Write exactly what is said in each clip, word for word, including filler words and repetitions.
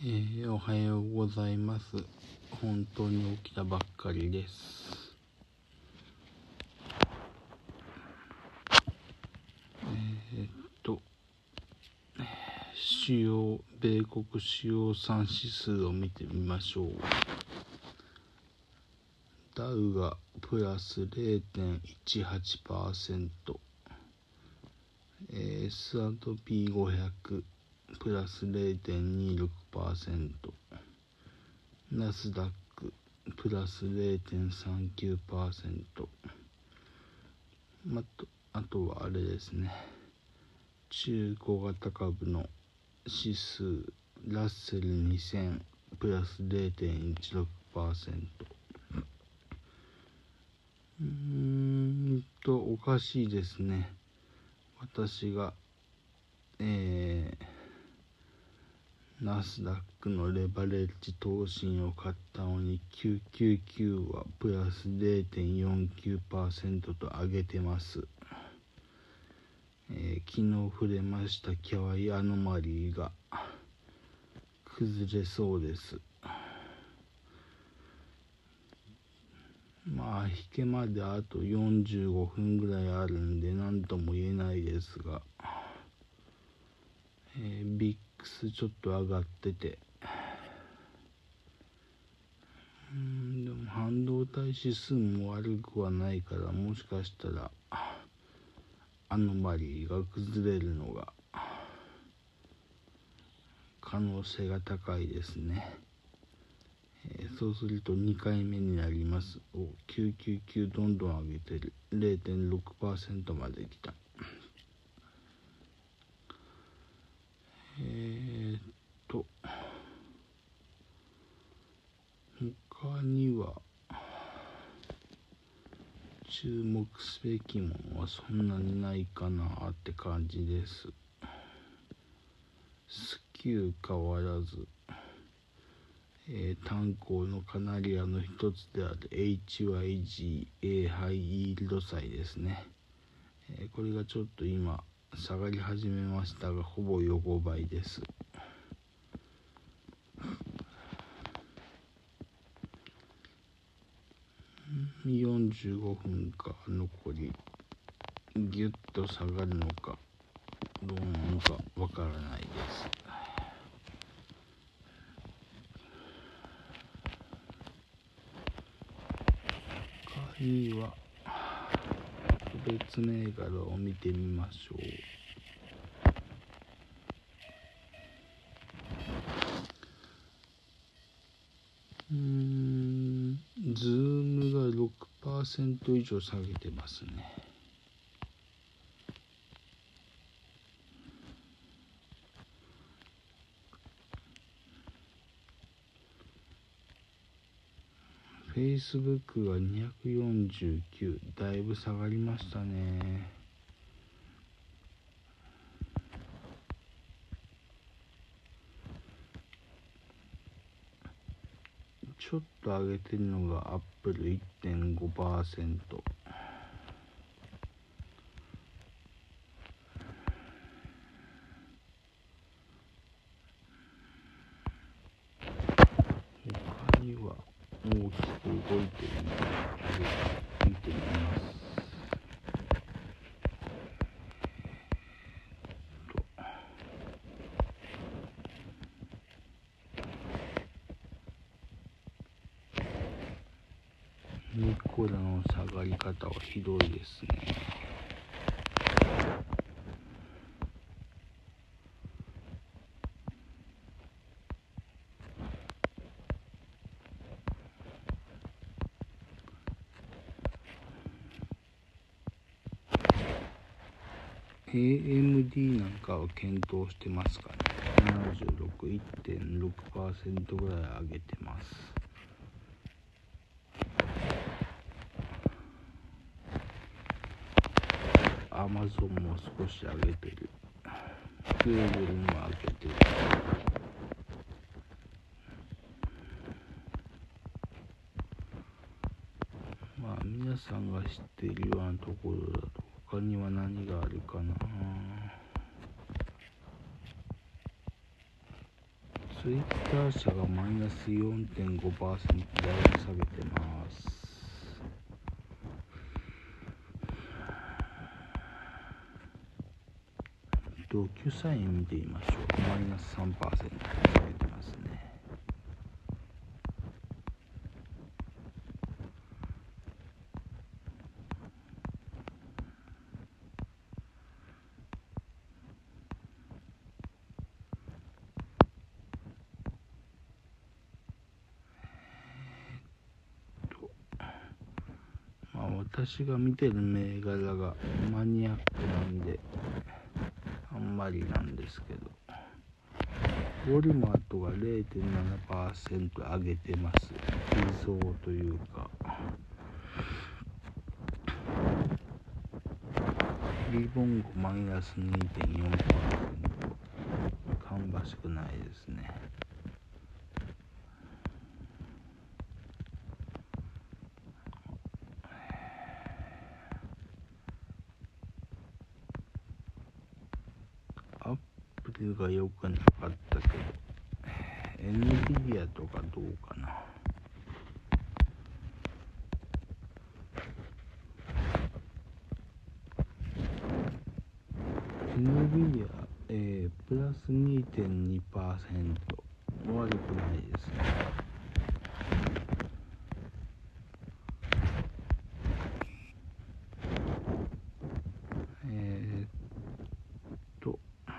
えー、おはようございます。本当に起きたばっかりです。えー、っと主要米国主要産指数を見てみましょう。ダウがプラス ゼロてんいちはちパーセント、エスアンドピーごひゃく プラス ゼロてんにじゅうろくパーセント、ナスダックプラス ゼロてんさんきゅうパーセント、あと、あとはあれですね、中小型株の指数ラッセルにせんプラス ゼロてんいちろくパーセント。うーんとおかしいですね。私がえー、ナスダックのレバレッジ投信を買ったのにきゅうひゃくきゅうじゅうきゅうはプラス ゼロてんよんきゅうパーセント と上げてます。えー、昨日触れましたキャワイアノマリーが崩れそうです。まあ引けまであとよんじゅうごふんぐらいあるんで何とも言えないですが、えー、ビックスちょっと上がってて、うーんでも半導体指数も悪くはないから、もしかしたらアノマリーが崩れるのが可能性が高いですね。えー、そうするとにかいめになります。おきゅうひゃくきゅうじゅうきゅうどんどん上げてる。 ゼロてんろくパーセント まで来た。えー、っと他には注目すべきものはそんなにないかなって感じです。スキュー変わらず、えー、炭鉱のカナリアの一つである エイチワイジーエー ハイイールド債ですね、えー、これがちょっと今下がり始めましたが、ほぼ横ばいです。よんじゅうごふんか、残りギュッと下がるのかどうなのかわからないです。他には別銘柄を見てみましょう。うーんズームが ろくパーセント 以上下げてますね。フェイスブックがにひゃくよんじゅうきゅう、だいぶ下がりましたね。ちょっと上げてるのがアップル いってんごパーセント。他には大きく動いているので見てみます。ニコラの下がり方はひどいですね。エーエムディー なんかは検討してますかね。ななじゅうろく、いってんろくパーセント ぐらい上げてます。アマゾンも少し上げてる。Google も上げてる。まあ皆さんが知っているようなところだと他には何があるかな。 ツイッター社がマイナス よんてんごパーセント だいぶ下げてます。ドキュサイン見てみましょう。マイナス さんパーセント 下げてますね。まあ私が見てる銘柄がマニアックなんであんまりなんですけど、ウォルマートが れいてんななパーセント 上げてます。微増というか、リボンゴマイナス にてんよんパーセント、芳しくないですね。アップルが良くなかったけど、エヌビディアとかどうかな。エヌビディア、えー、プラス にてんにパーセント、悪くないですね。えー、っと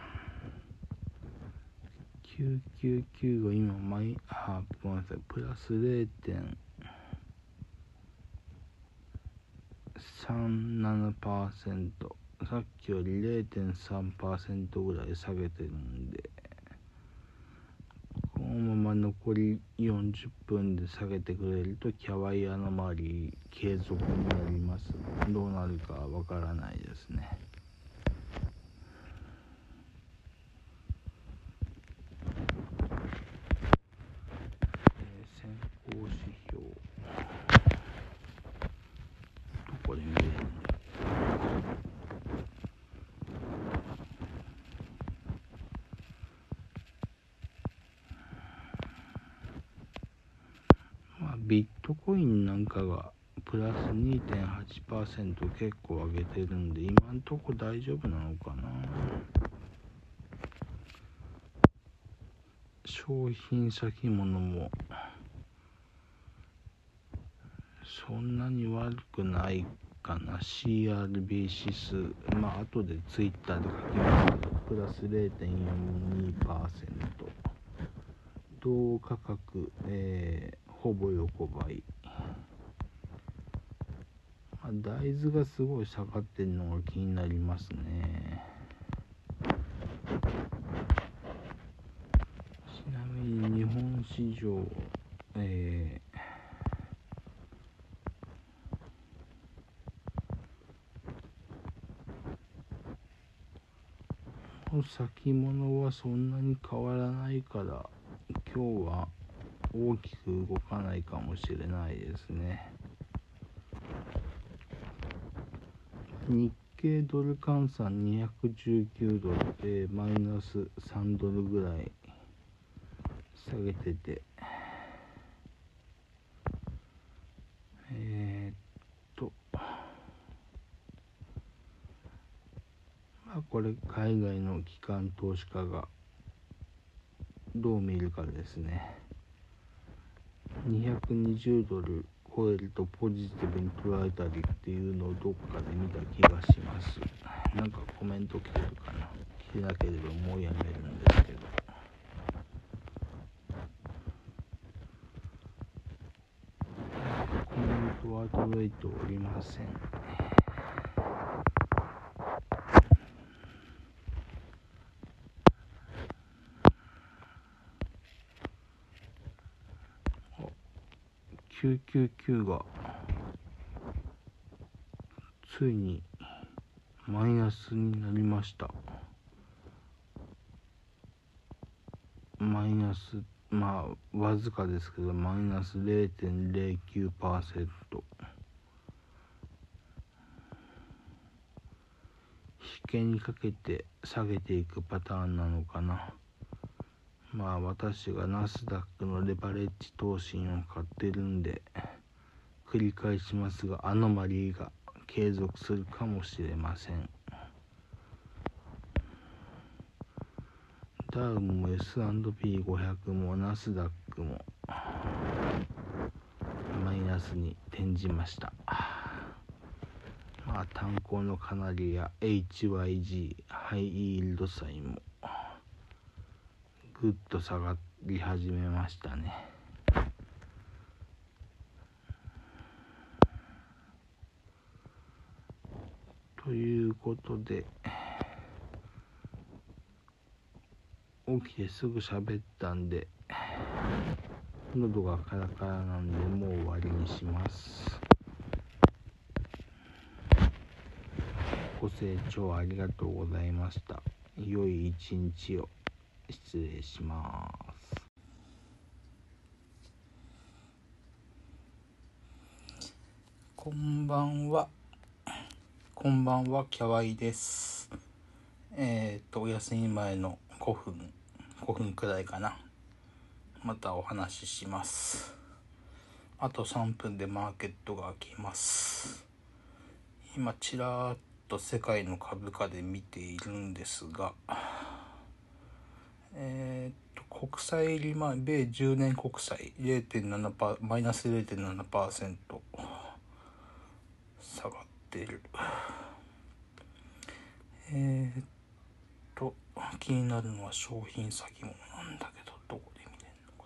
きゅうきゅうきゅうが今マイあごめんなさいプラス れいてんさんななパーセント、さっきより れいてんさんパーセント ぐらい下げてるんで、このまま残りよんじゅっぷんで下げてくれるとキャワイアノマリー継続になります。どうなるかわからないですね。先行指標どこで見れるんだ。まあビットコインなんかがプラス にてんはちパーセント 結構上げてるんで、今んとこ大丈夫なのかな。商品先物もそんなに悪くないかな。 シーアールビー 指数、まあ後でツイッターで書きますけど、プラス れいてんよんにパーセント、同価格、えー、ほぼ横ばい。まあ、大豆がすごい下がってるのが気になりますね。ちなみに日本市場、えー、先物はそんなに変わらないから今日は大きく動かないかもしれないですね。日経ドル換算にひゃくじゅうきゅうドルでマイナスさんドルぐらい下げてて、えー、っとまあこれ海外の機関投資家がどう見るかですね。にひゃくにじゅうドル超えるとポジティブに捉えたりっていうのをどっかで見た気がします。なんかコメント来てるかな。来てなければもうやめるんですけど、コメントは届いておりません。きゅうきゅうきゅうがついにマイナスになりました。マイナス、まあわずかですけどマイナス れいてんれいきゅうパーセント、 引けにかけて下げていくパターンなのかな。 まあ私がナスダックのレバレッジ投信を買ってるんで、繰り返しますがアノマリーが継続するかもしれません。ダウも エスアンドピーごひゃく もナスダックもマイナスに転じました。まあ炭鉱のカナリア エイチワイジー ハイイールド債もぐっと下がり始めましたね。ということで起きてすぐ喋ったんで喉がカラカラなんでもう終わりにします。ご清聴ありがとうございました。良い一日を。失礼します。こんばんは。こんばんは、キャワイです。えっと、お休み前のごふん、ごふんくらいかな。またお話しします。あとさんぷんでマーケットが開きます。今、ちらーっと世界の株価で見ているんですが、えっと、国債利回り、米じゅうねん国債 ゼロてんななパーセント、マイナス ゼロてんななパーセント 下がっている。えー、っと気になるのは商品先物なんだけど、どこで見れるのか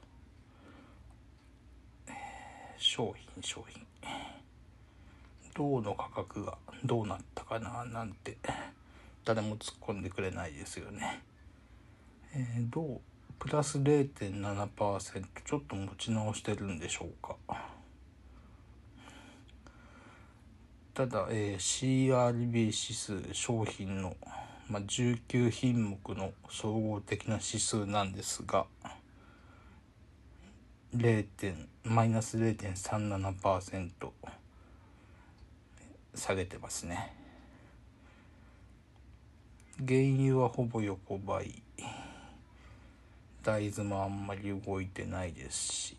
な。えー、商品商品銅の価格がどうなったかななんて誰も突っ込んでくれないですよね。えー、銅プラス ゼロてんななパーセント ちょっと持ち直してるんでしょうか。ただ、えー、シーアールビー 指数商品の、まあ、じゅうきゅうひんもくの総合的な指数なんですがゼロ. マイナス ゼロてんさんななパーセント 下げてますね。原油はほぼ横ばい、大豆もあんまり動いてないですし、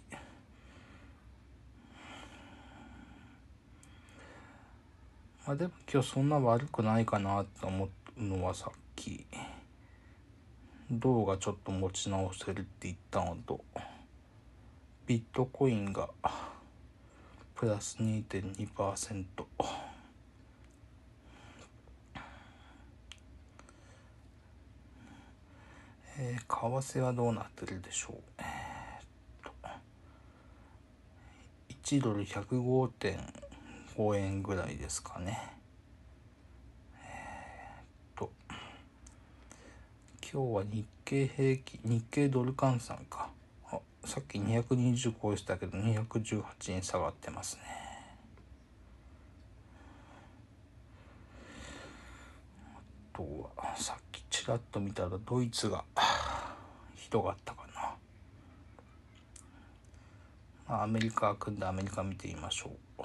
まあでも今日そんな悪くないかなと思うのは、さっき銅がちょっと持ち直せるって言ったのと、ビットコインがプラス にてんにパーセント、えー、為替はどうなってるでしょう。えー、っといちドルひゃくごてんごえんぐらいですかね。えー、っと今日は日経平均、日経ドル換算か。あ、さっきにひゃくにじゅう超えてたけどにひゃくじゅうはちえん下がってますね。あとはさっきちらっと見たらドイツがひどかったかな。まあ、アメリカ組んでアメリカ見てみましょう。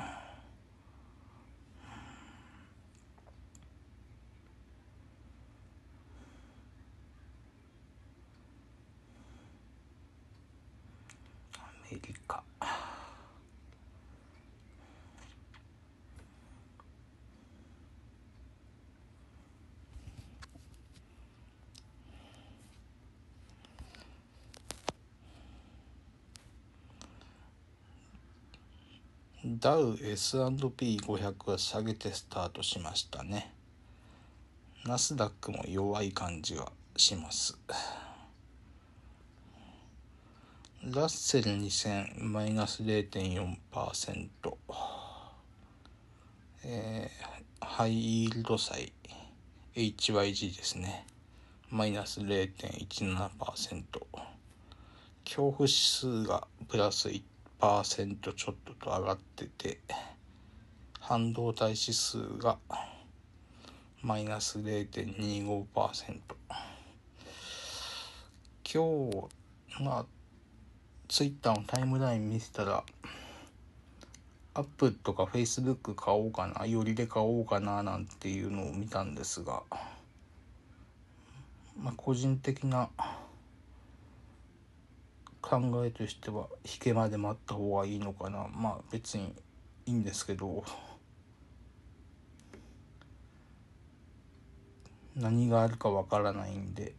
アメリカダウ エスアンドピーごひゃく は下げてスタートしましたね。ナスダックも弱い感じがします。ラッセルにせんマイナス ゼロてんよんパーセント、えー、ハイイールド債 エイチワイジー ですね、マイナス ゼロてんいちななパーセント、恐怖指数がプラス いちパーセント ちょっとと上がってて、半導体指数がマイナス ゼロてんにごパーセント。 今日まあツイッターのタイムライン見てたら、アップとかフェイスブック買おうかな、よりで買おうかななんていうのを見たんですが、まあ個人的な考えとしては引けまで待った方がいいのかな。まあ別にいいんですけど、何があるかわからないんで、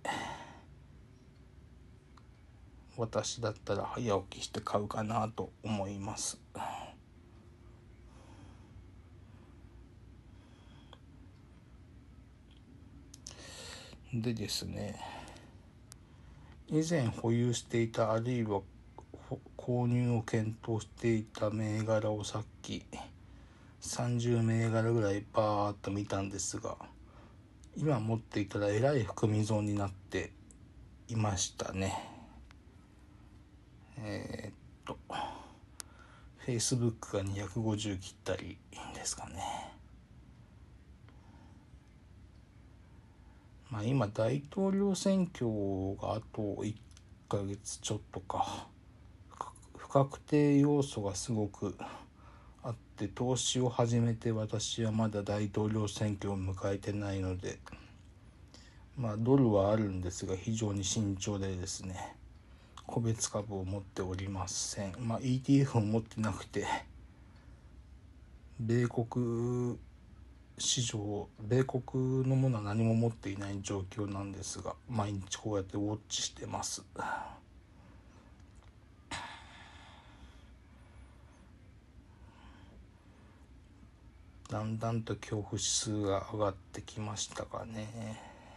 私だったら早起きして買うかなと思います。でですね、以前保有していた、あるいは購入を検討していた銘柄をさっきさんじゅう銘柄ぐらいバーッと見たんですが、今持っていたらえらい含み損になっていましたね。えー、っと Facebook がにひゃくごじゅう切ったりですかね。まあ今大統領選挙があといっかげつちょっとか、不確定要素がすごくあって、投資を始めて私はまだ大統領選挙を迎えてないので、まあドルはあるんですが非常に慎重でですね、個別株を持っておりません。まあ イーティーエフ も持ってなくて、米国市場米国のものは何も持っていない状況なんですが、毎日こうやってウォッチしてます。だんだんと恐怖指数が上がってきましたかね。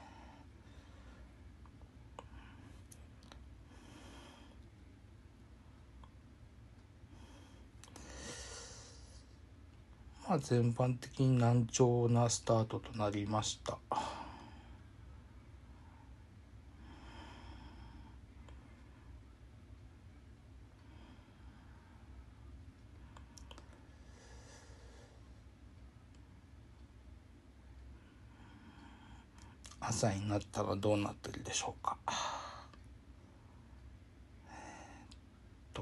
まあ全般的に難聴なスタートとなりました。朝になったらどうなってるでしょうか。と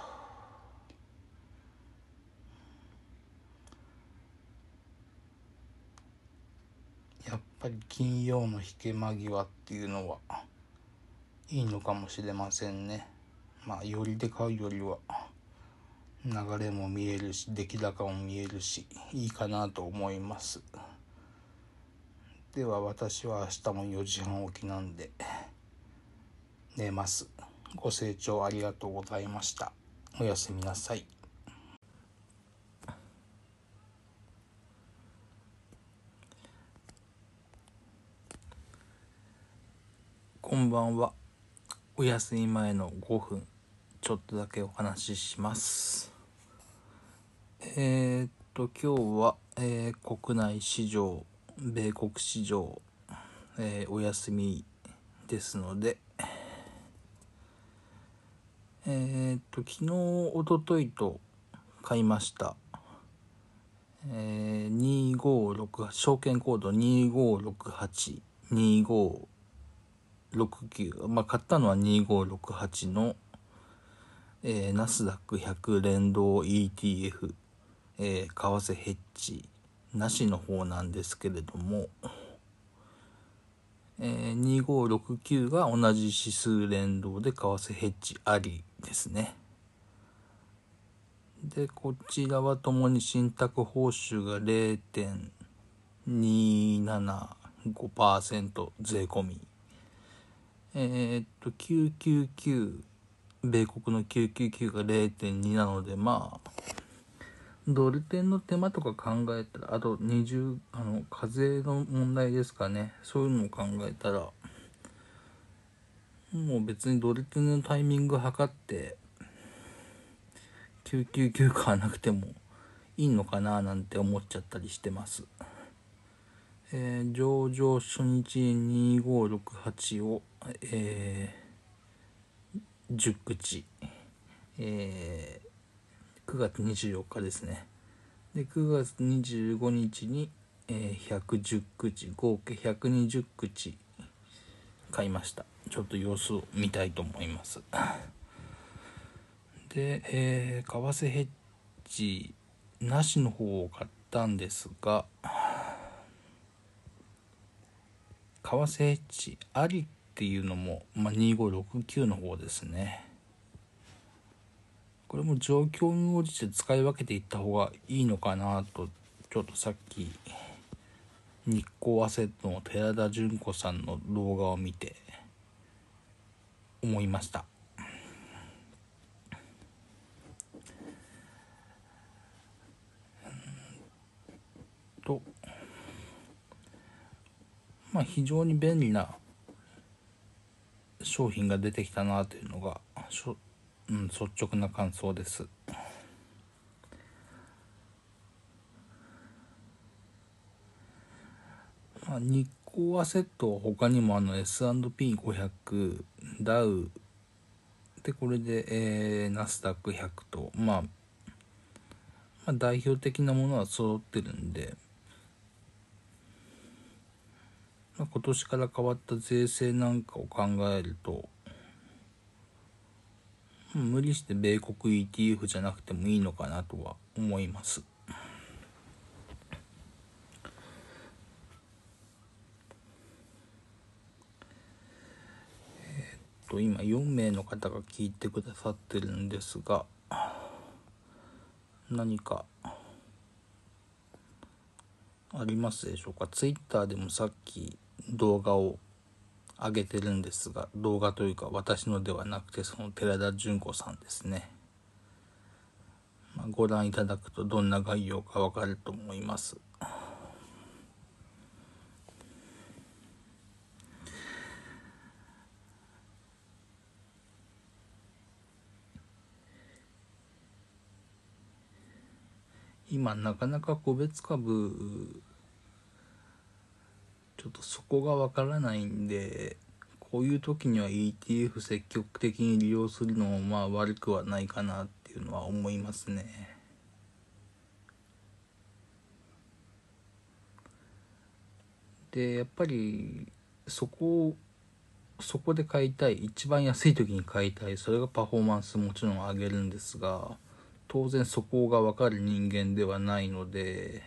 やっぱり金曜の引け間際っていうのはいいのかもしれませんね。まあ寄りで買うよりは流れも見えるし出来高も見えるしいいかなと思います。では私は明日もよじはん起きなんで寝ます。ご清聴ありがとうございました。おやすみなさい。こんばんは。お休み前のごふんちょっとだけお話しします。えー、っと今日は、えー、国内市場米国市場、えー、お休みですので、えー、っと昨日おとといと買いました、えー、にーごーろくはち証券コードにーごーろくはち にーごーろくきゅう、まあ買ったのはにーごーろくはちの、えー、ナスダックひゃく連動 イーティーエフ、えー、為替ヘッジなしの方なんですけれども、えー、にーごーろくきゅうが同じ指数連動で為替ヘッジありですね。でこちらはともに信託報酬が ゼロてんにーななごパーセント 税込み、えー、っときゅうひゃくきゅうじゅうきゅう米国のきゅうひゃくきゅうじゅうきゅうが ゼロてんに なので、まあドル点の手間とか考えたら、あとにじゅうあの課税の問題ですかね、そういうのを考えたらもう別にドル点のタイミング測ってきゅうひゃくきゅうじゅうきゅう買わなくてもいいのかななんて思っちゃったりしてます。えー、上場初日にーごーろくはちを、えー、じゅっ口、えー、くがつにじゅうよっかですね。でくがつにじゅうごにちに、えー、ひゃくじゅっ口合計ひゃくにじゅっ口買いました。ちょっと様子を見たいと思います。で、えー、為替ヘッジなしの方を買ったんですが、為替ヘッジありっていうのも、まあ、にーごーろくきゅうの方ですね。 これも状況に応じて使い分けていった方がいいのかなと、ちょっとさっき日光アセットの寺田純子さんの動画を見て思いました。とまあ非常に便利な商品が出てきたなというのがしょ、うん、率直な感想です。まあ、日光アセットは他にもあの エスアンドピーごひゃく、ダウでこれで、えー、ナスダックひゃくと、まあ、まあ代表的なものは揃ってるんで、まあ、今年から変わった税制なんかを考えると、無理して米国 イーティーエフ じゃなくてもいいのかなとは思います。えー、っと今よんめいの方が聞いてくださってるんですが、何かありますでしょうか。ツイッターでもさっき動画を上げてるんですが、動画というか私のではなくてその寺田純子さんですね、まあ、ご覧いただくとどんな概要かわかると思います。今なかなか個別株ちょっとそこがわからないんで、こういう時には イーティーエフ 積極的に利用するのもまあ悪くはないかなっていうのは思いますね。でやっぱりそこをそこで買いたい、一番安い時に買いたい、それがパフォーマンスもちろん上げるんですが、当然そこが分かる人間ではないので、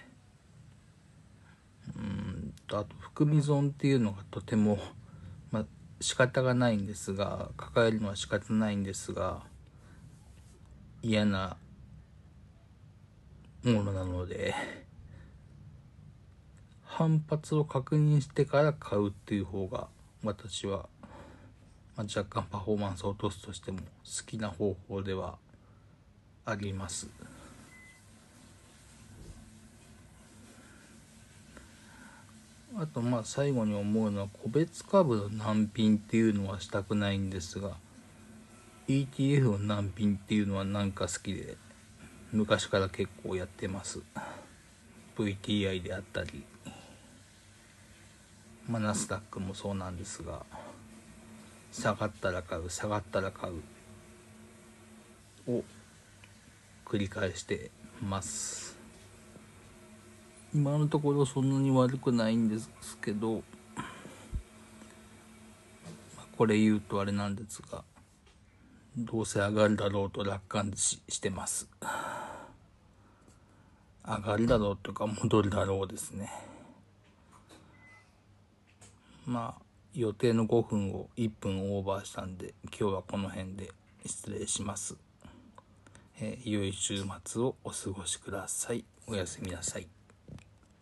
うんあと含み損っていうのがとてもまあ仕方がないんですが、抱えるのは仕方ないんですが嫌なものなので、反発を確認してから買うっていう方が私は、まあ、若干パフォーマンスを落とすとしても好きな方法ではあります。あとまあ最後に思うのは、個別株の難品っていうのはしたくないんですが、 イーティーエフ の難品っていうのはなんか好きで昔から結構やってます。 ブイティーアイ であったり、まあナスダックもそうなんですが、下がったら買う下がったら買うを繰り返してます。今のところそんなに悪くないんですけど、これ言うとあれなんですが、どうせ上がるだろうと楽観視してます。上がるだろうとか戻るだろうですね。まあ予定のごふんをいっぷんオーバーしたんで、今日はこの辺で失礼します。えー、良い週末をお過ごしください。おやすみなさい。